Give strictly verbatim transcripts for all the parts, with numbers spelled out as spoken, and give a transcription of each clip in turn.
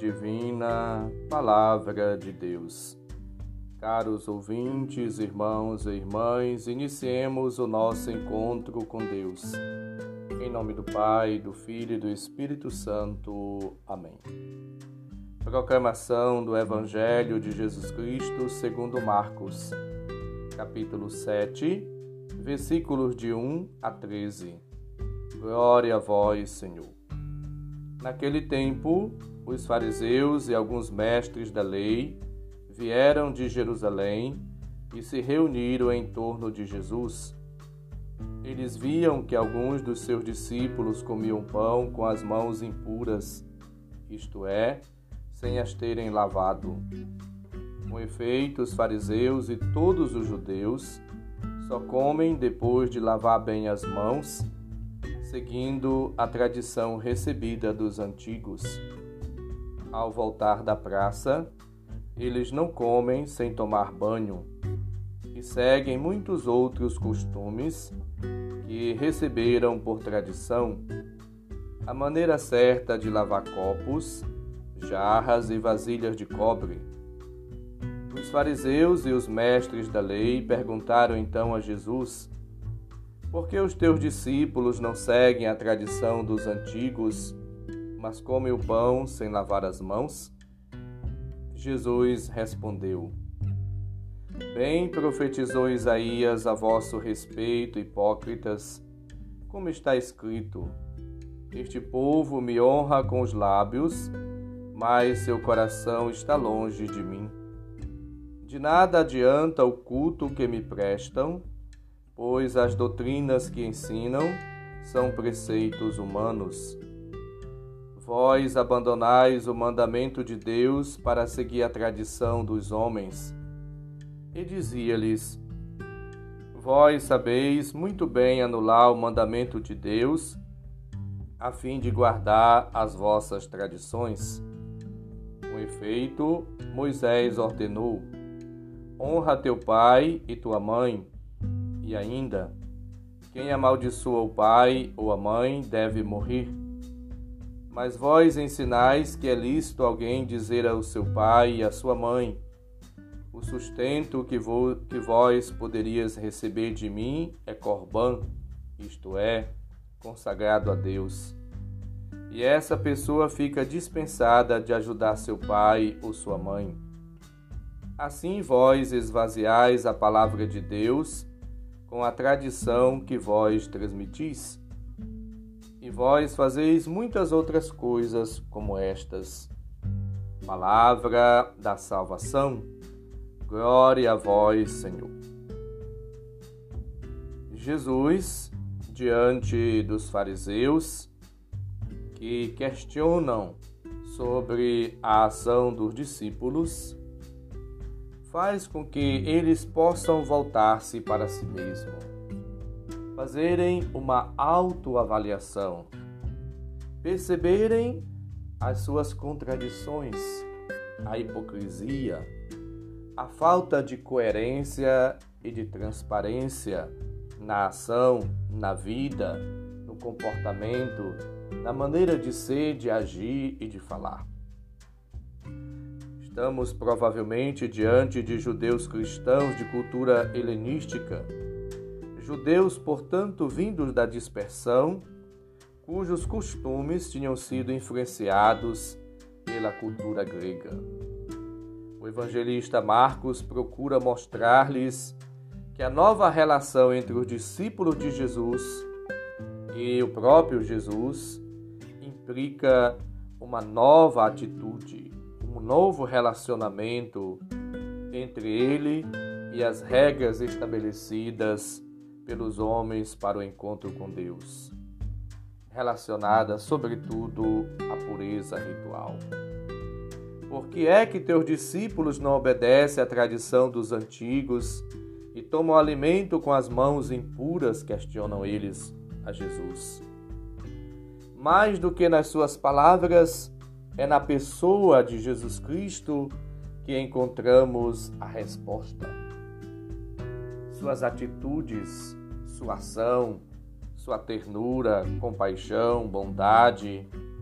divina Palavra de Deus. Caros ouvintes, irmãos e irmãs, iniciemos o nosso encontro com Deus. Em nome do Pai, do Filho e do Espírito Santo. Amém. Proclamação do Evangelho de Jesus Cristo segundo Marcos, capítulo sete, versículos de um a treze. Glória a vós, Senhor. Naquele tempo, os fariseus e alguns mestres da lei vieram de Jerusalém e se reuniram em torno de Jesus. Eles viam que alguns dos seus discípulos comiam pão com as mãos impuras, isto é, sem as terem lavado. Com efeito, os fariseus e todos os judeus só comem depois de lavar bem as mãos, seguindo a tradição recebida dos antigos. Ao voltar da praça, eles não comem sem tomar banho e seguem muitos outros costumes que receberam por tradição. A maneira certa de lavar copos, jarras e vasilhas de cobre. Os fariseus e os mestres da lei perguntaram então a Jesus: por que os teus discípulos não seguem a tradição dos antigos, mas comem o pão sem lavar as mãos? Jesus respondeu: bem profetizou Isaías a vosso respeito, hipócritas, como está escrito: este povo me honra com os lábios, mas seu coração está longe de mim. De nada adianta o culto que me prestam, pois as doutrinas que ensinam são preceitos humanos. Vós abandonais o mandamento de Deus para seguir a tradição dos homens. E dizia-lhes: vós sabeis muito bem anular o mandamento de Deus, a fim de guardar as vossas tradições. Com efeito, Moisés ordenou: honra teu pai e tua mãe. E ainda, quem amaldiçoa o pai ou a mãe deve morrer. Mas vós ensinais que é lícito alguém dizer ao seu pai e à sua mãe: o sustento que, vo, que vós poderias receber de mim é corbã, isto é, consagrado a Deus. E essa pessoa fica dispensada de ajudar seu pai ou sua mãe. Assim vós esvaziais a palavra de Deus com a tradição que vós transmitis. E vós fazeis muitas outras coisas como estas. Palavra da salvação. Glória a vós, Senhor. Jesus, diante dos fariseus, que questionam sobre a ação dos discípulos, faz com que eles possam voltar-se para si mesmos, fazerem uma autoavaliação, perceberem as suas contradições, a hipocrisia, a falta de coerência e de transparência na ação, na vida, no comportamento, na maneira de ser, de agir e de falar. Estamos provavelmente diante de judeus cristãos de cultura helenística, judeus, portanto, vindos da dispersão, cujos costumes tinham sido influenciados pela cultura grega. O evangelista Marcos procura mostrar-lhes que a nova relação entre os discípulos de Jesus e o próprio Jesus implica uma nova atitude, um novo relacionamento entre ele e as regras estabelecidas pelos homens para o encontro com Deus, relacionada sobretudo à pureza ritual. Por que é que teus discípulos não obedecem à tradição dos antigos e tomam alimento com as mãos impuras? Questionam eles a Jesus. Mais do que nas suas palavras, é na pessoa de Jesus Cristo que encontramos a resposta. Suas atitudes, sua ação, sua ternura, compaixão, bondade,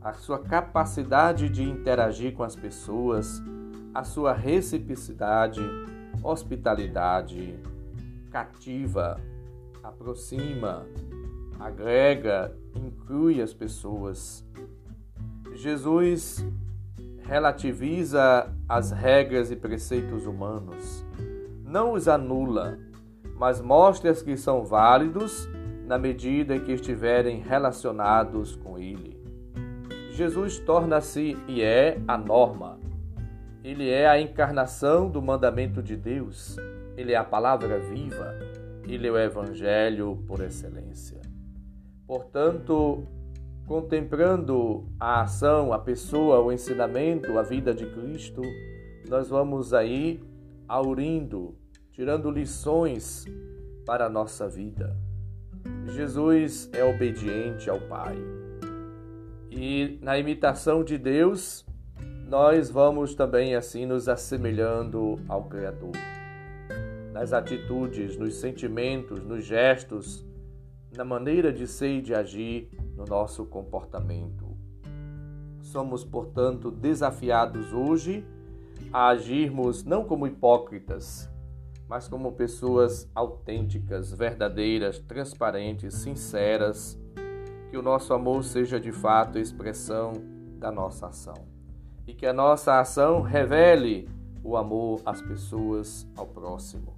a sua capacidade de interagir com as pessoas, a sua reciprocidade, hospitalidade, cativa, aproxima, agrega, inclui as pessoas. Jesus relativiza as regras e preceitos humanos, não os anula, mas mostra que são válidos na medida em que estiverem relacionados com Ele. Jesus torna-se e é a norma. Ele é a encarnação do mandamento de Deus. Ele é a palavra viva. Ele é o Evangelho por excelência. Portanto, contemplando a ação, a pessoa, o ensinamento, a vida de Cristo, nós vamos aí aurindo, tirando lições para a nossa vida. Jesus é obediente ao Pai. E na imitação de Deus, nós vamos também assim nos assemelhando ao Criador. Nas atitudes, nos sentimentos, nos gestos, na maneira de ser e de agir, no nosso comportamento. Somos, portanto, desafiados hoje a agirmos não como hipócritas, mas como pessoas autênticas, verdadeiras, transparentes, sinceras, que o nosso amor seja de fato a expressão da nossa ação e que a nossa ação revele o amor às pessoas, ao próximo.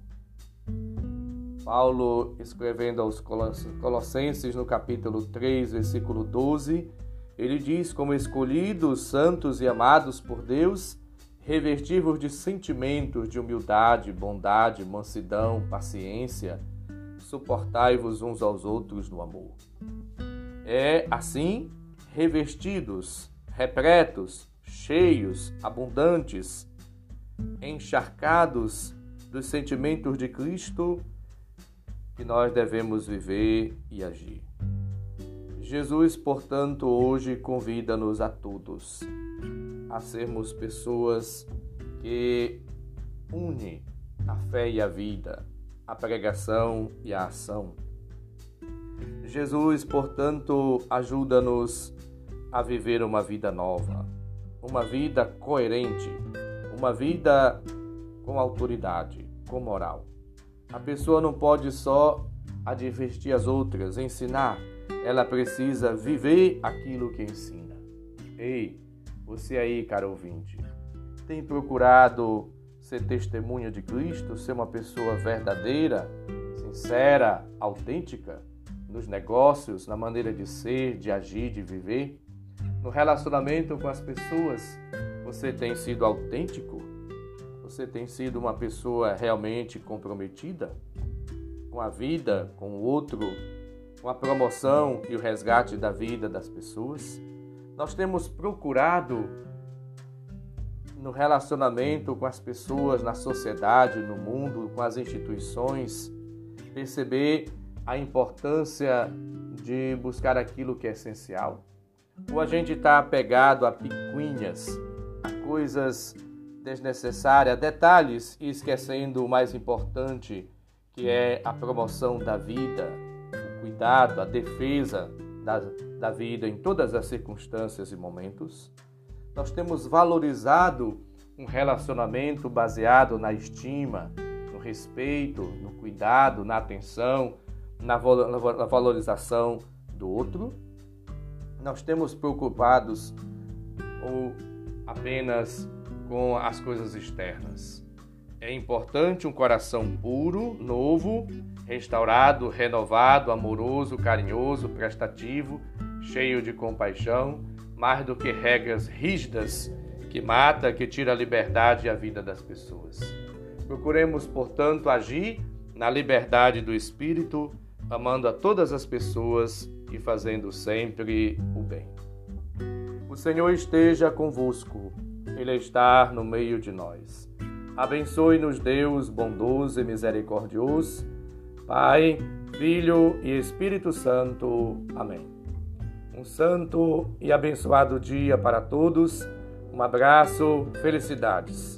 Paulo, escrevendo aos Colossenses no capítulo três, versículo doze, ele diz: como escolhidos, santos e amados por Deus, revestivos de sentimentos de humildade, bondade, mansidão, paciência, suportai-vos uns aos outros no amor. É assim, revestidos, repletos, cheios, abundantes, encharcados dos sentimentos de Cristo, que nós devemos viver e agir. Jesus, portanto, hoje convida-nos a todos a sermos pessoas que unem a fé e a vida, a pregação e a ação. Jesus, portanto, ajuda-nos a viver uma vida nova, uma vida coerente, uma vida com autoridade, com moral. A pessoa não pode só advertir as outras, ensinar, ela precisa viver aquilo que ensina. Ei, você aí, caro ouvinte, tem procurado ser testemunha de Cristo, ser uma pessoa verdadeira, sincera, autêntica, nos negócios, na maneira de ser, de agir, de viver? No relacionamento com as pessoas, você tem sido autêntico? Você tem sido uma pessoa realmente comprometida com a vida, com o outro, com a promoção e o resgate da vida das pessoas? Nós temos procurado, no relacionamento com as pessoas, na sociedade, no mundo, com as instituições, perceber a importância de buscar aquilo que é essencial? Ou a gente está apegado a picuinhas, a coisas desnecessárias, a detalhes, e esquecendo o mais importante, que é a promoção da vida, o cuidado, a defesa da, da vida em todas as circunstâncias e momentos? Nós temos valorizado um relacionamento baseado na estima, no respeito, no cuidado, na atenção, na valorização do outro? Nós temos preocupados ou apenas com as coisas externas? É importante um coração puro, novo, restaurado, renovado, amoroso, carinhoso, prestativo, cheio de compaixão, mais do que regras rígidas que mata, que tira a liberdade e a vida das pessoas. Procuremos, portanto, agir na liberdade do Espírito, amando a todas as pessoas e fazendo sempre o bem. O Senhor esteja convosco, Ele está no meio de nós. Abençoe-nos, Deus bondoso e misericordioso, Pai, Filho e Espírito Santo. Amém. Um santo e abençoado dia para todos. Um abraço, felicidades.